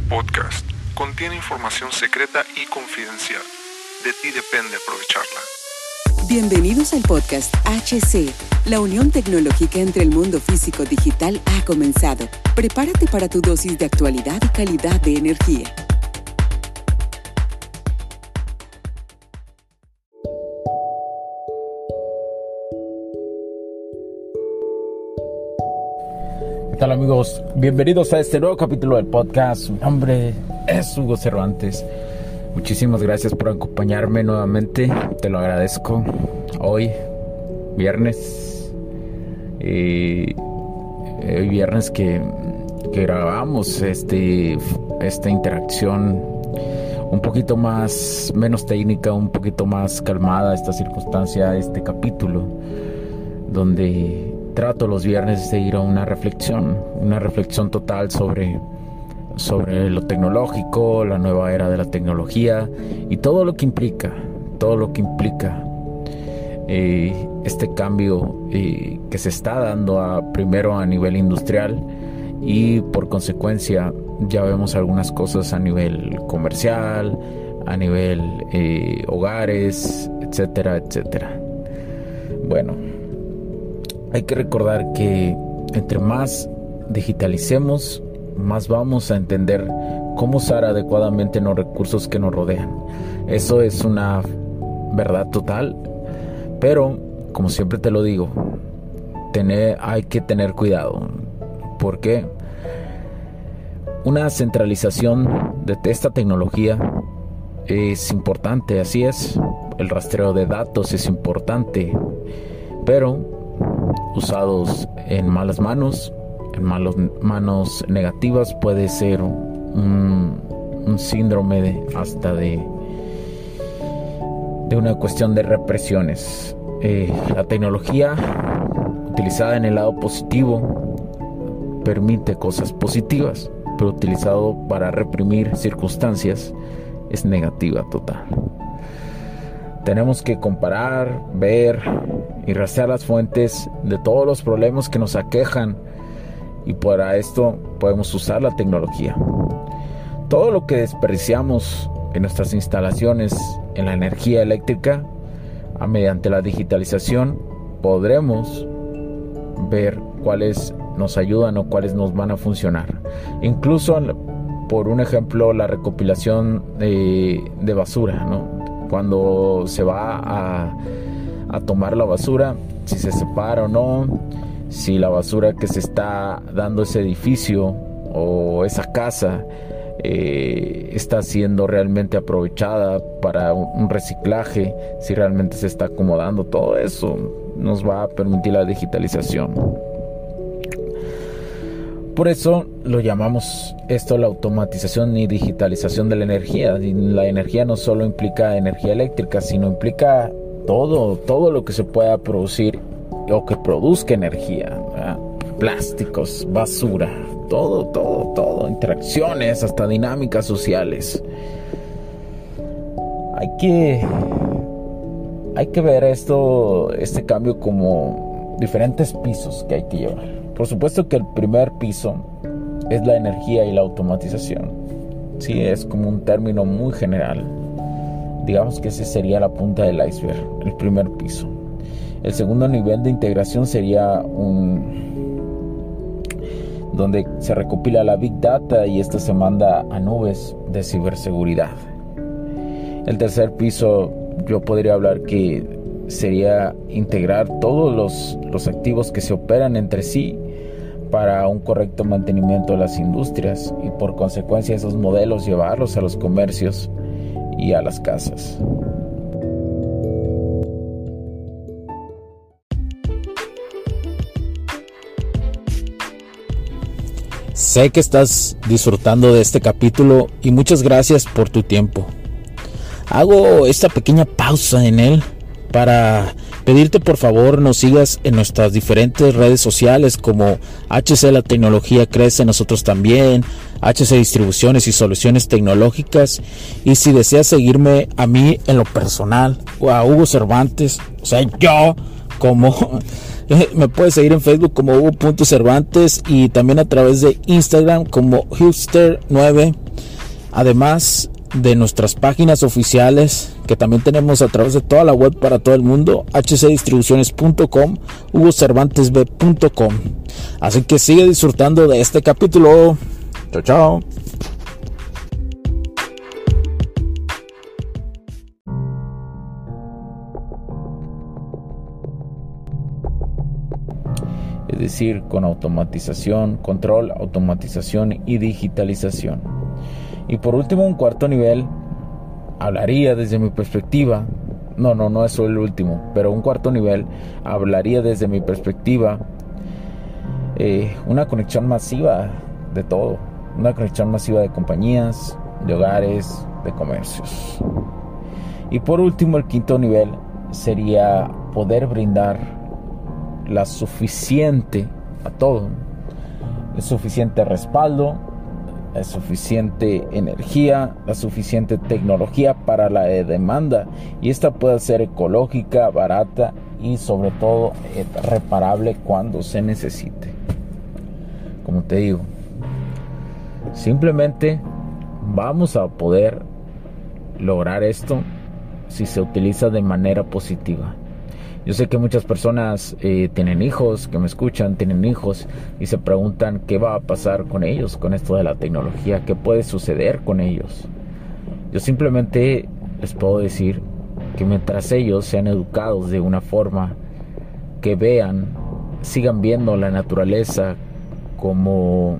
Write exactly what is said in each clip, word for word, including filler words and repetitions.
podcast contiene información secreta y confidencial. De ti depende aprovecharla. Bienvenidos al podcast H C. La unión tecnológica entre el mundo físico digital ha comenzado. Prepárate para tu dosis de actualidad y calidad de energía. ¿Qué tal, amigos? Bienvenidos a este nuevo capítulo del podcast. Mi nombre es Hugo Cervantes. Muchísimas gracias por acompañarme nuevamente. Te lo agradezco. Hoy, viernes. Eh, hoy viernes que, que grabamos este, esta interacción un poquito más, menos técnica, un poquito más calmada, esta circunstancia, este capítulo, donde trato los viernes de ir a una reflexión, una reflexión total sobre, sobre lo tecnológico, la nueva era de la tecnología y todo lo que implica, todo lo que implica eh, este cambio eh, que se está dando a, primero a nivel industrial y por consecuencia ya vemos algunas cosas a nivel comercial, a nivel eh, hogares, etcétera, etcétera. Bueno, hay que recordar que entre más digitalicemos, más vamos a entender cómo usar adecuadamente los recursos que nos rodean. Eso es una verdad total, pero como siempre te lo digo, tener, hay que tener cuidado, porque una centralización de esta tecnología es importante, así es, el rastreo de datos es importante, pero usados en malas manos, en malas manos negativas, puede ser un, un síndrome de, hasta de, de una cuestión de represiones. Eh, la tecnología utilizada en el lado positivo permite cosas positivas, pero utilizado para reprimir circunstancias es negativa total. Tenemos que comparar, ver y rastrear las fuentes de todos los problemas que nos aquejan, y para esto podemos usar la tecnología. Todo lo que desperdiciamos en nuestras instalaciones en la energía eléctrica, a mediante la digitalización podremos ver cuáles nos ayudan o cuáles nos van a funcionar. Incluso, por un ejemplo, la recopilación de, de basura, ¿no? Cuando se va a, a tomar la basura, si se separa o no, si la basura que se está dando ese edificio o esa casa eh, está siendo realmente aprovechada para un reciclaje, si realmente se está acomodando, todo eso nos va a permitir la digitalización. Por eso lo llamamos esto la automatización y digitalización de la energía. Y la energía no solo implica energía eléctrica, sino implica todo, todo lo que se pueda producir o que produzca energía, ¿verdad? Plásticos, basura, todo, todo, todo, interacciones, hasta dinámicas sociales. Hay que, hay que ver esto, este cambio como diferentes pisos que hay que llevar. Por supuesto que el primer piso es la energía y la automatización. Sí, es como un término muy general. Digamos que ese sería la punta del iceberg, el primer piso. El segundo nivel de integración sería un donde se recopila la Big Data y esto se manda a nubes de ciberseguridad. El tercer piso, yo podría hablar que sería integrar todos los, los activos que se operan entre sí para un correcto mantenimiento de las industrias y por consecuencia esos modelos llevarlos a los comercios y a las casas. Sé que estás disfrutando de este capítulo y muchas gracias por tu tiempo. Hago esta pequeña pausa en él para pedirte por favor nos sigas en nuestras diferentes redes sociales como H C La Tecnología Crece, nosotros también, H C Distribuciones y Soluciones Tecnológicas, y si deseas seguirme a mí en lo personal o a Hugo Cervantes, o sea yo como me puedes seguir en Facebook como Hugo punto Cervantes y también a través de Instagram como Hipster nueve. Además de nuestras páginas oficiales que también tenemos a través de toda la web para todo el mundo, h c distribuciones punto com, hugo cervantes b punto com. Así que sigue disfrutando de este capítulo. Chao, chao. Es decir, con automatización, control, automatización y digitalización. Y por último, un cuarto nivel, hablaría desde mi perspectiva, no, no, no es solo el último, pero un cuarto nivel, hablaría desde mi perspectiva, eh, una conexión masiva de todo, una conexión masiva de compañías, de hogares, de comercios. Y por último, el quinto nivel sería poder brindar la suficiente a todo, el suficiente respaldo, la suficiente energía, la suficiente tecnología para la demanda, y esta puede ser ecológica, barata y sobre todo reparable cuando se necesite. Como te digo, simplemente vamos a poder lograr esto si se utiliza de manera positiva. Yo sé que muchas personas eh, tienen hijos, que me escuchan, tienen hijos y se preguntan qué va a pasar con ellos, con esto de la tecnología, qué puede suceder con ellos. Yo simplemente les puedo decir que mientras ellos sean educados de una forma que vean, sigan viendo la naturaleza como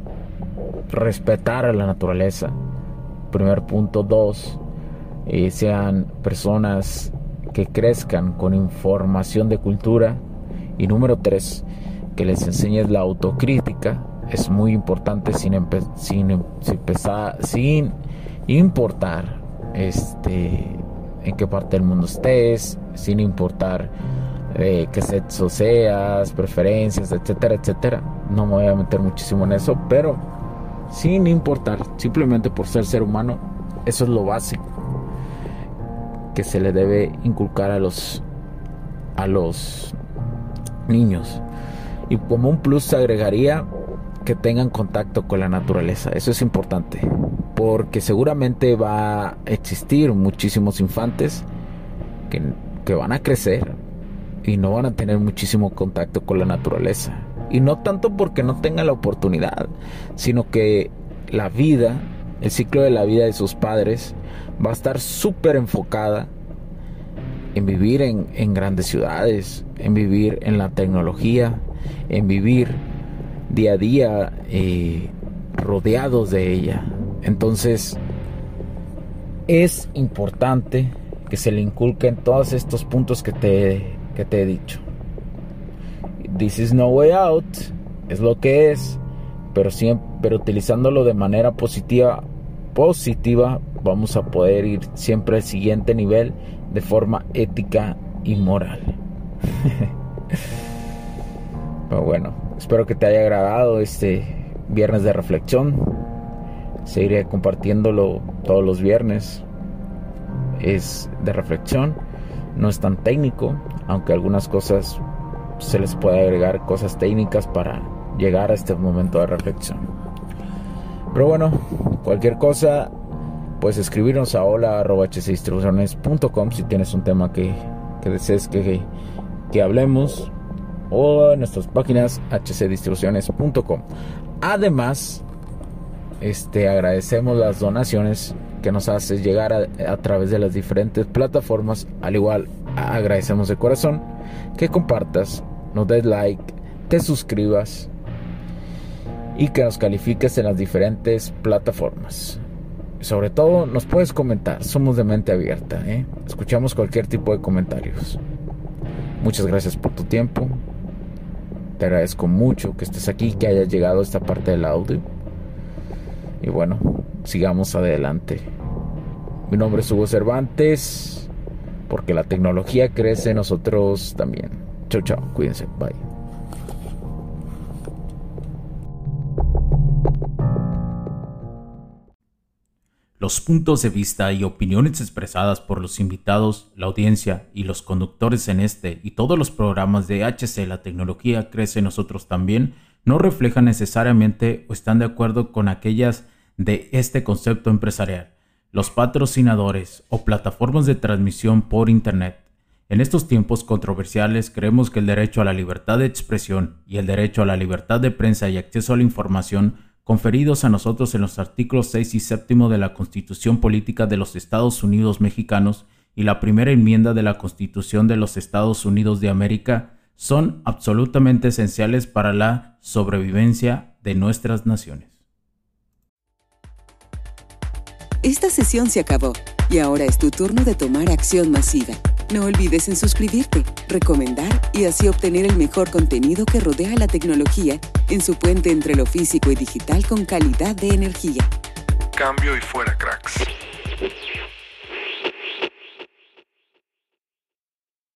respetar a la naturaleza. Primer punto. Dos, eh, sean personas que crezcan con información de cultura. Y número tres, que les enseñes la autocrítica. Es muy importante sin, empe- sin, em- sin, pesar, sin importar este, en qué parte del mundo estés, sin importar eh, qué sexo seas, preferencias, etcétera, etcétera. No me voy a meter muchísimo en eso, pero sin importar, simplemente por ser ser humano, eso es lo básico que se le debe inculcar a los a los niños. Y como un plus se agregaría que tengan contacto con la naturaleza. Eso es importante, porque seguramente va a existir muchísimos infantes que, que van a crecer y no van a tener muchísimo contacto con la naturaleza. Y no tanto porque no tengan la oportunidad, sino que la vida, el ciclo de la vida de sus padres va a estar súper enfocada en vivir en, en grandes ciudades, en vivir en la tecnología, en vivir día a día eh, rodeados de ella. Entonces es importante que se le inculquen todos estos puntos que te, que te he dicho. This is no way out, es lo que es, pero siempre, pero utilizándolo de manera positiva, positiva, vamos a poder ir siempre al siguiente nivel de forma ética y moral. Pero bueno, espero que te haya agradado este viernes de reflexión. Seguiré compartiéndolo todos los viernes. Es de reflexión, no es tan técnico, aunque algunas cosas se les puede agregar cosas técnicas para llegar a este momento de reflexión. Pero bueno, cualquier cosa, puedes escribirnos a hola arroba h c distribuciones punto com si tienes un tema que, que desees que, que hablemos, o en nuestras páginas h c distribuciones punto com. Además, este, agradecemos las donaciones que nos haces llegar a, a través de las diferentes plataformas. Al igual, agradecemos de corazón que compartas, nos des like, te suscribas y que nos califiques en las diferentes plataformas. Sobre todo nos puedes comentar, somos de mente abierta, ¿eh? Escuchamos cualquier tipo de comentarios. Muchas gracias por tu tiempo. Te agradezco mucho que estés aquí, que hayas llegado a esta parte del audio. Y bueno, sigamos adelante. Mi nombre es Hugo Cervantes, porque la tecnología crece en nosotros también. Chao, chao, cuídense, bye. Los puntos de vista y opiniones expresadas por los invitados, la audiencia y los conductores en este y todos los programas de H C La Tecnología Crece en Nosotros También no reflejan necesariamente o están de acuerdo con aquellas de este concepto empresarial, los patrocinadores o plataformas de transmisión por Internet. En estos tiempos controversiales creemos que el derecho a la libertad de expresión y el derecho a la libertad de prensa y acceso a la información conferidos a nosotros en los artículos seis y séptimo de la Constitución Política de los Estados Unidos Mexicanos y la primera enmienda de la Constitución de los Estados Unidos de América son absolutamente esenciales para la sobrevivencia de nuestras naciones. Esta sesión se acabó y ahora es tu turno de tomar acción masiva. No olvides en suscribirte, recomendar y así obtener el mejor contenido que rodea la tecnología en su puente entre lo físico y digital con calidad de energía. Cambio y fuera, cracks.